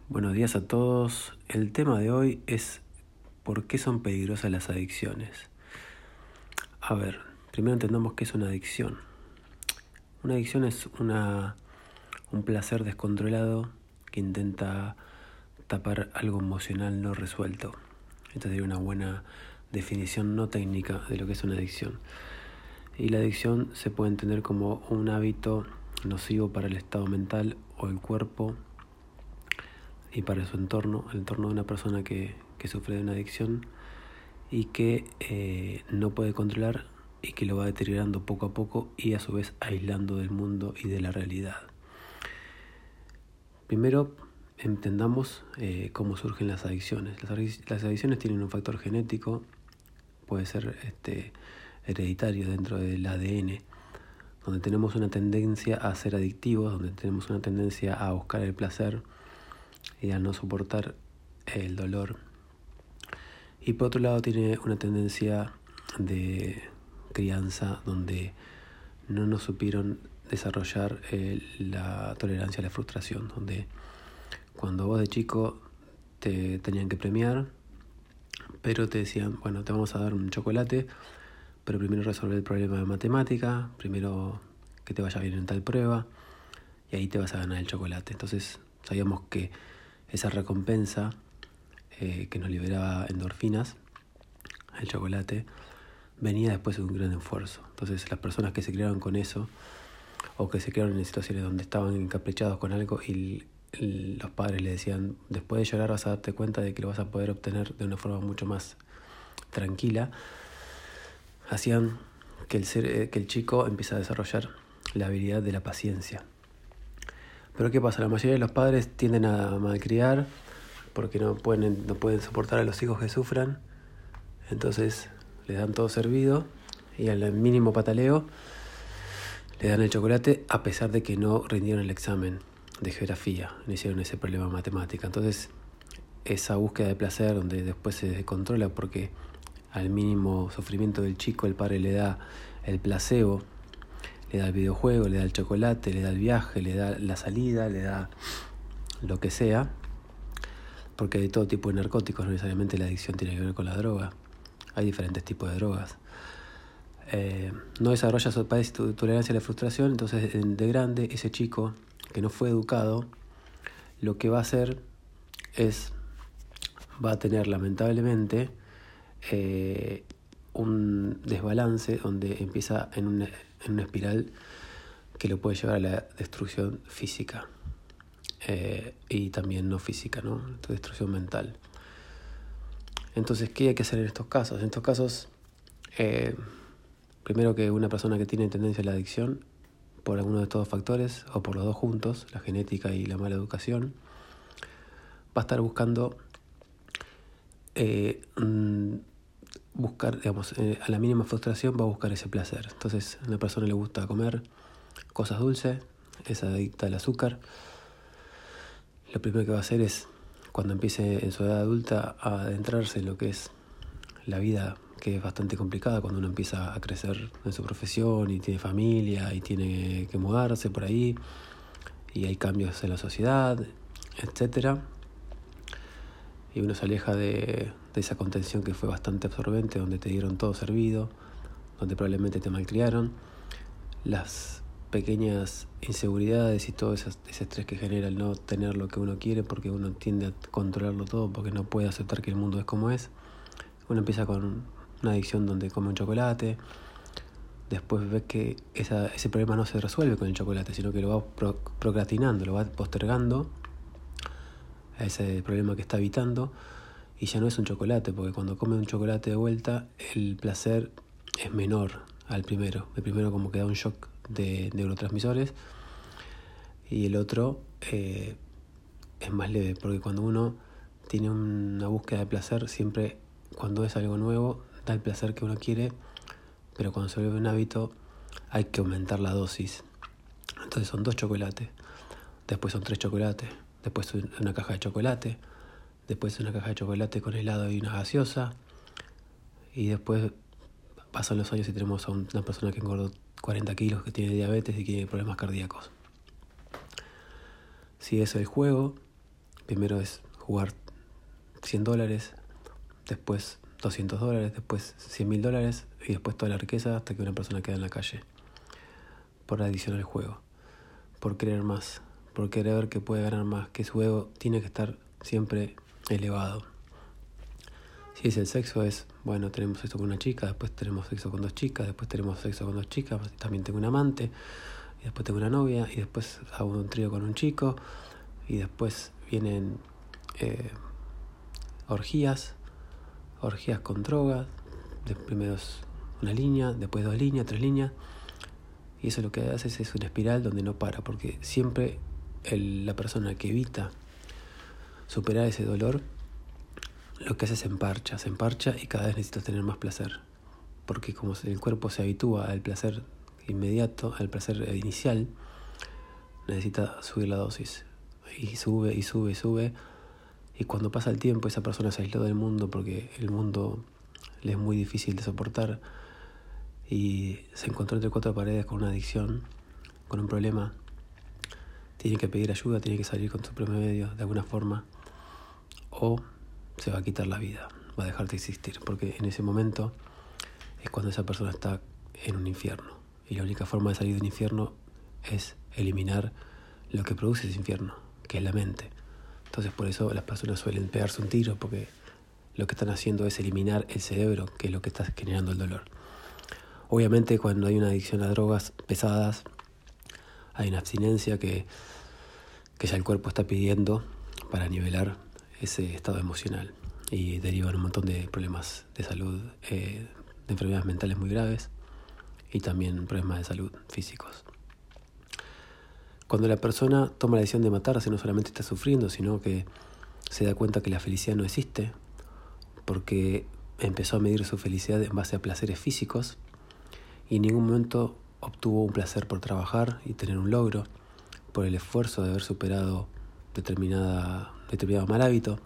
Buenos días a todos. El tema de hoy es ¿por qué son peligrosas las adicciones? A ver, primero entendamos qué es una adicción. Una adicción es un placer descontrolado que intenta tapar algo emocional no resuelto. Esta sería una buena definición no técnica de lo que es una adicción. Y la adicción se puede entender como un hábito nocivo para el estado mental o el cuerpo y para su entorno, el entorno de una persona que sufre de una adicción y que no puede controlar y que lo va deteriorando poco a poco y a su vez aislando del mundo y de la realidad. Primero entendamos cómo surgen las adicciones. Las adicciones tienen un factor genético, puede ser hereditario dentro del ADN, donde tenemos una tendencia a ser adictivos, donde tenemos una tendencia a buscar el placer y a no soportar el dolor. Y por otro lado tiene una tendencia de crianza donde no nos supieron desarrollar la tolerancia a la frustración, donde cuando vos de chico te tenían que premiar, pero te decían, bueno, te vamos a dar un chocolate, pero primero resolver el problema de matemática, primero que te vaya bien en tal prueba, y ahí te vas a ganar el chocolate. Entonces sabíamos que esa recompensa que nos liberaba endorfinas, el chocolate, venía después de un gran esfuerzo. Entonces las personas que se criaron con eso, o que se criaron en situaciones donde estaban encaprichados con algo y los padres le decían, después de llorar vas a darte cuenta de que lo vas a poder obtener de una forma mucho más tranquila, hacían que el chico empiece a desarrollar la habilidad de la paciencia. Pero ¿qué pasa? La mayoría de los padres tienden a malcriar porque no pueden soportar a los hijos que sufran. Entonces les dan todo servido y al mínimo pataleo le dan el chocolate a pesar de que no rindieron el examen de geografía, no hicieron ese problema de matemática. Entonces esa búsqueda de placer donde después se descontrola porque al mínimo sufrimiento del chico el padre le da el placebo, le da el videojuego, le da el chocolate, le da el viaje, le da la salida, le da lo que sea, porque hay todo tipo de narcóticos, no necesariamente la adicción tiene que ver con la droga, hay diferentes tipos de drogas. No desarrolla su tolerancia a la frustración, entonces de grande ese chico que no fue educado, lo que va a hacer va a tener lamentablemente un desbalance donde empieza en una espiral que lo puede llevar a la destrucción física y también no física, ¿no? Destrucción mental. Entonces, ¿qué hay que hacer en estos casos? En estos casos, primero que una persona que tiene tendencia a la adicción, por alguno de estos factores, o por los dos juntos, la genética y la mala educación, va a estar buscando a la mínima frustración va a buscar ese placer. Entonces a una persona le gusta comer cosas dulces, es adicta al azúcar. Lo primero que va a hacer es, cuando empiece en su edad adulta a adentrarse en lo que es la vida, que es bastante complicada cuando uno empieza a crecer en su profesión y tiene familia y tiene que mudarse por ahí y hay cambios en la sociedad, etcétera, y uno se aleja de esa contención que fue bastante absorbente, donde te dieron todo servido, donde probablemente te malcriaron, las pequeñas inseguridades y todo ese estrés que genera el no tener lo que uno quiere, porque uno tiende a controlarlo todo, porque no puede aceptar que el mundo es como es. Uno empieza con una adicción donde come un chocolate, después ves que ese problema no se resuelve con el chocolate, sino que lo va procrastinando, lo va postergando a ese problema que está evitando, y ya no es un chocolate, porque cuando come un chocolate de vuelta el placer es menor al primero. El primero como que da un shock de neurotransmisores y el otro es más leve, porque cuando uno tiene una búsqueda de placer, siempre cuando es algo nuevo da el placer que uno quiere, pero cuando se vuelve un hábito hay que aumentar la dosis. Entonces son 2 chocolates, después son 3 chocolates, después una caja de chocolate, después una caja de chocolate con helado y una gaseosa, y después pasan los años y tenemos a una persona que engordó 40 kilos, que tiene diabetes y que tiene problemas cardíacos. Si es el juego, Primero es jugar $100, después $200, después $100.000 y después toda la riqueza hasta que una persona queda en la calle. Por adicción al juego, por querer más, por querer que puede ganar más, que su ego tiene que estar siempre elevado. Si es el sexo, es, bueno, tenemos sexo con una chica, después tenemos sexo con 2 chicas, después tenemos sexo con 2 chicas, también tengo un amante, y después tengo una novia, y después hago un trío con un chico, y después vienen orgías con drogas, primero es una línea, después 2 líneas, 3 líneas, y eso lo que hace es una espiral donde no para, porque siempre la persona que evita superar ese dolor, lo que hace es se emparcha y cada vez necesita tener más placer, porque como el cuerpo se habitúa al placer inmediato, al placer inicial, necesita subir la dosis, y sube, y cuando pasa el tiempo esa persona se aisló del mundo porque el mundo le es muy difícil de soportar y se encontró entre 4 paredes con una adicción, con un problema, tiene que pedir ayuda, tiene que salir con su propio medio de alguna forma, o se va a quitar la vida, va a dejar de existir, porque en ese momento es cuando esa persona está en un infierno, y la única forma de salir de un infierno es eliminar lo que produce ese infierno, que es la mente. Entonces por eso las personas suelen pegarse un tiro, porque lo que están haciendo es eliminar el cerebro, que es lo que está generando el dolor. Obviamente cuando hay una adicción a drogas pesadas, hay una abstinencia que ya el cuerpo está pidiendo para nivelar ese estado emocional, y derivan un montón de problemas de salud, de enfermedades mentales muy graves y también problemas de salud físicos. Cuando la persona toma la decisión de matarse, no solamente está sufriendo, sino que se da cuenta que la felicidad no existe, porque empezó a medir su felicidad en base a placeres físicos y en ningún momento obtuvo un placer por trabajar y tener un logro, por el esfuerzo de haber superado determinado mal hábito,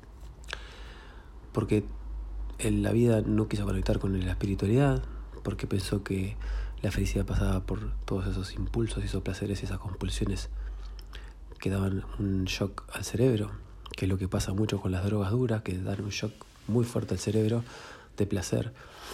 porque en la vida no quiso conectar con la espiritualidad, porque pensó que la felicidad pasaba por todos esos impulsos y esos placeres y esas compulsiones que daban un shock al cerebro, que es lo que pasa mucho con las drogas duras, que dan un shock muy fuerte al cerebro de placer.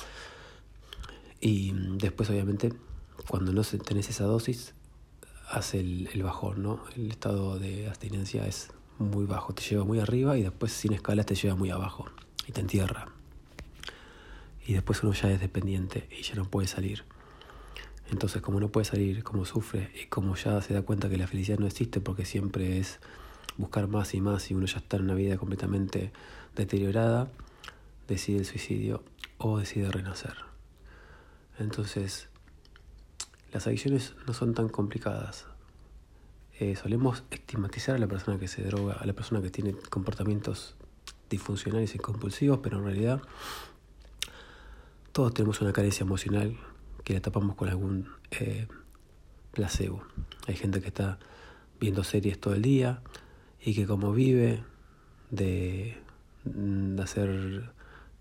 Y después, obviamente, cuando no tenés esa dosis, hace el bajón, ¿no? El estado de abstinencia es muy bajo, te lleva muy arriba y después sin escalas te lleva muy abajo y te entierra. Y después uno ya es dependiente y ya no puede salir. Entonces, como no puede salir, como sufre y como ya se da cuenta que la felicidad no existe, porque siempre es buscar más y más y uno ya está en una vida completamente deteriorada, decide el suicidio o decide renacer. Entonces, las adicciones no son tan complicadas. Solemos estigmatizar a la persona que se droga, a la persona que tiene comportamientos disfuncionales y compulsivos, pero en realidad todos tenemos una carencia emocional que la tapamos con algún placebo. Hay gente que está viendo series todo el día y que como vive de hacer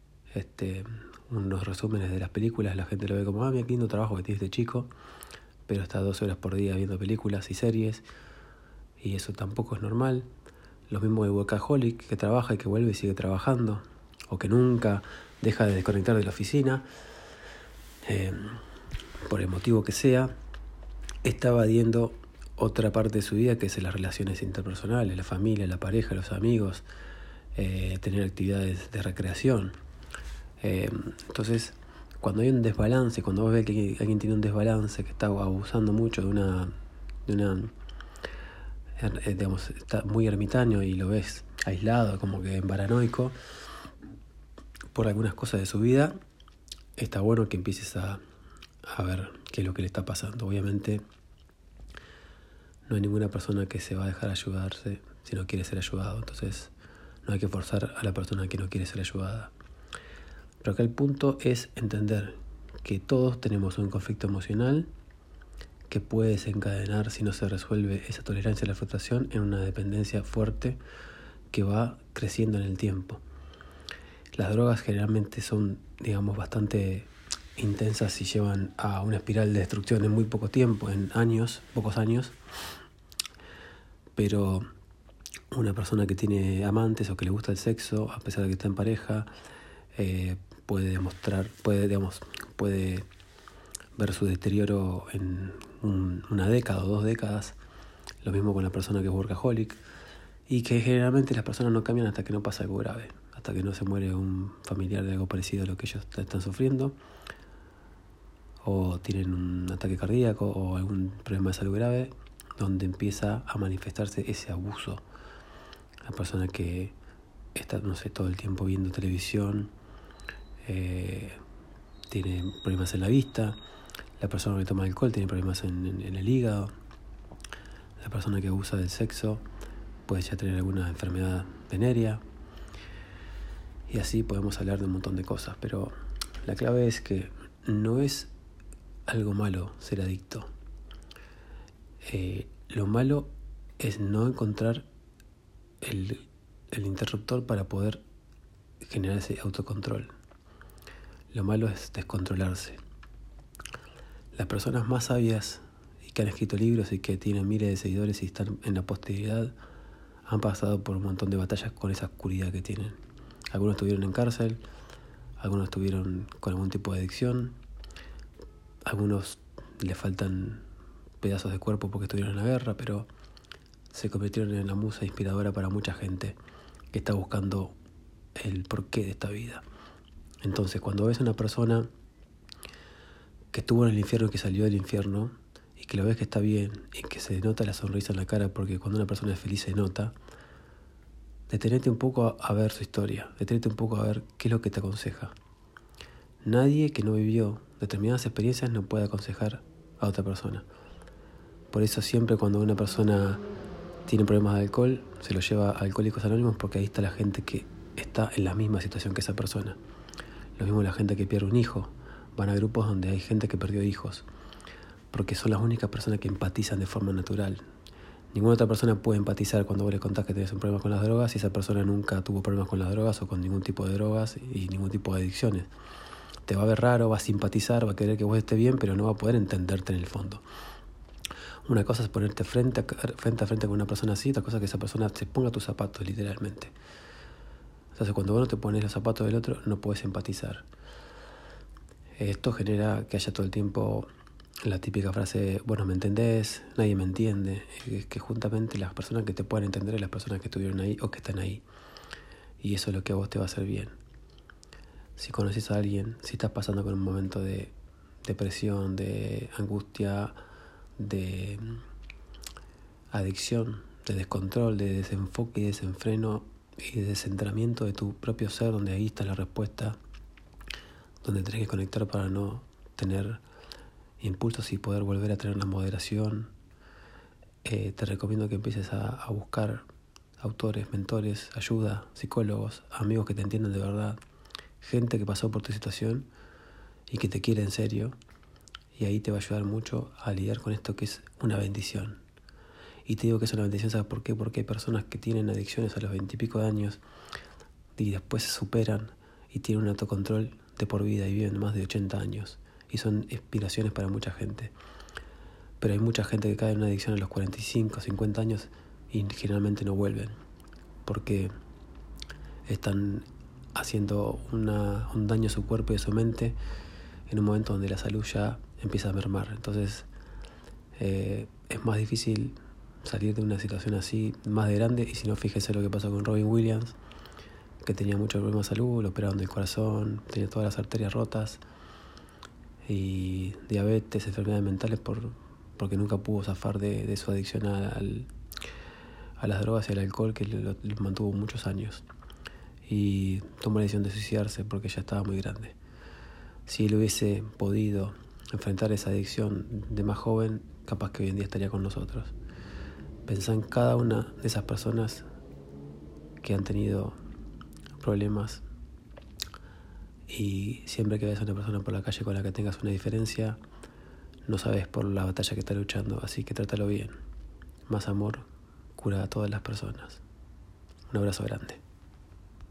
unos resúmenes de las películas, la gente lo ve como, mira qué lindo trabajo que tiene este chico, pero está 12 horas por día viendo películas y series, y eso tampoco es normal. Lo mismo de workaholic, que trabaja y que vuelve y sigue trabajando, o que nunca deja de desconectar de la oficina, por el motivo que sea, está evadiendo otra parte de su vida, que es las relaciones interpersonales, la familia, la pareja, los amigos, tener actividades de recreación. Entonces, cuando hay un desbalance, cuando vos ves que alguien tiene un desbalance, que está abusando mucho de una digamos, está muy ermitaño y lo ves aislado, como que paranoico por algunas cosas de su vida, está bueno que empieces a ver qué es lo que le está pasando. Obviamente no hay ninguna persona que se va a dejar ayudarse si no quiere ser ayudado, entonces no hay que forzar a la persona que no quiere ser ayudada. Pero acá el punto es entender que todos tenemos un conflicto emocional que puede desencadenar, si no se resuelve esa tolerancia a la frustración, en una dependencia fuerte que va creciendo en el tiempo. Las drogas generalmente son, digamos, bastante intensas y llevan a una espiral de destrucción en muy poco tiempo, en años, pocos años, pero una persona que tiene amantes o que le gusta el sexo, a pesar de que está en pareja, puede ver su deterioro en una década o 2 décadas. Lo mismo con la persona que es workaholic, y que generalmente las personas no cambian hasta que no pasa algo grave, hasta que no se muere un familiar de algo parecido a lo que ellos están sufriendo, o tienen un ataque cardíaco o algún problema de salud grave, donde empieza a manifestarse ese abuso. La persona que está, todo el tiempo viendo televisión, tiene problemas en la vista. La persona que toma alcohol tiene problemas en el hígado. La persona que abusa del sexo puede ya tener alguna enfermedad venérea. Y así podemos hablar de un montón de cosas, pero la clave es que no es algo malo ser adicto. Lo malo es no encontrar el interruptor para poder generar ese autocontrol. Lo malo es descontrolarse. Las personas más sabias y que han escrito libros y que tienen miles de seguidores y están en la posteridad han pasado por un montón de batallas con esa oscuridad que tienen. Algunos estuvieron en cárcel, algunos estuvieron con algún tipo de adicción, algunos les faltan pedazos de cuerpo porque estuvieron en la guerra, pero se convirtieron en la musa inspiradora para mucha gente que está buscando el porqué de esta vida. Entonces, cuando ves a una persona que estuvo en el infierno y que salió del infierno, y que lo ves que está bien, y que se nota la sonrisa en la cara, porque cuando una persona es feliz se nota, detenete un poco a ver su historia, detenete un poco a ver qué es lo que te aconseja. Nadie que no vivió determinadas experiencias no puede aconsejar a otra persona. Por eso siempre cuando una persona tiene problemas de alcohol, se lo lleva a Alcohólicos Anónimos, porque ahí está la gente que está en la misma situación que esa persona. Lo mismo la gente que pierde un hijo. Van a grupos donde hay gente que perdió hijos, porque son las únicas personas que empatizan de forma natural. Ninguna otra persona puede empatizar cuando vos le contás que tenés un problema con las drogas y esa persona nunca tuvo problemas con las drogas o con ningún tipo de drogas y ningún tipo de adicciones. Te va a ver raro, va a simpatizar, va a querer que vos estés bien, pero no va a poder entenderte en el fondo. Una cosa es ponerte frente a frente con una persona así, otra cosa es que esa persona se ponga tus zapatos, literalmente. Entonces, cuando vos no te pones los zapatos del otro, no podés empatizar. Esto genera que haya todo el tiempo la típica frase, vos no me entendés, nadie me entiende. Es que juntamente las personas que te puedan entender es las personas que estuvieron ahí o que están ahí. Y eso es lo que a vos te va a hacer bien. Si conoces a alguien, si estás pasando por un momento de depresión, de angustia, de adicción, de descontrol, de desenfoque y desenfreno y de descentramiento de tu propio ser, donde ahí está la respuesta, donde tenés que conectar para no tener impulsos y poder volver a tener una moderación, te recomiendo que empieces a buscar autores, mentores, ayuda, psicólogos, amigos que te entiendan de verdad, gente que pasó por tu situación y que te quiere en serio, y ahí te va a ayudar mucho a lidiar con esto que es una bendición. Y te digo que es una bendición, ¿sabes por qué? Porque hay personas que tienen adicciones a los 20 y pico de años y después se superan y tienen un autocontrol de por vida y viven más de 80 años y son inspiraciones para mucha gente. Pero hay mucha gente que cae en una adicción a los 45, 50 años y generalmente no vuelven porque están haciendo un daño a su cuerpo y a su mente en un momento donde la salud ya empieza a mermar. Entonces es más difícil salir de una situación así más de grande. Y si no, fíjese lo que pasó con Robin Williams, que tenía muchos problemas de salud, lo operaron del corazón, tenía todas las arterias rotas y diabetes, enfermedades mentales porque nunca pudo zafar de su adicción a las drogas y al alcohol, que lo mantuvo muchos años, y tomó la decisión de suicidarse porque ya estaba muy grande. Si él hubiese podido enfrentar esa adicción de más joven, capaz que hoy en día estaría con nosotros. Pensá en cada una de esas personas que han tenido problemas, y siempre que veas a una persona por la calle con la que tengas una diferencia, no sabes por la batalla que está luchando, así que trátalo bien. Más amor cura a todas las personas. Un abrazo grande.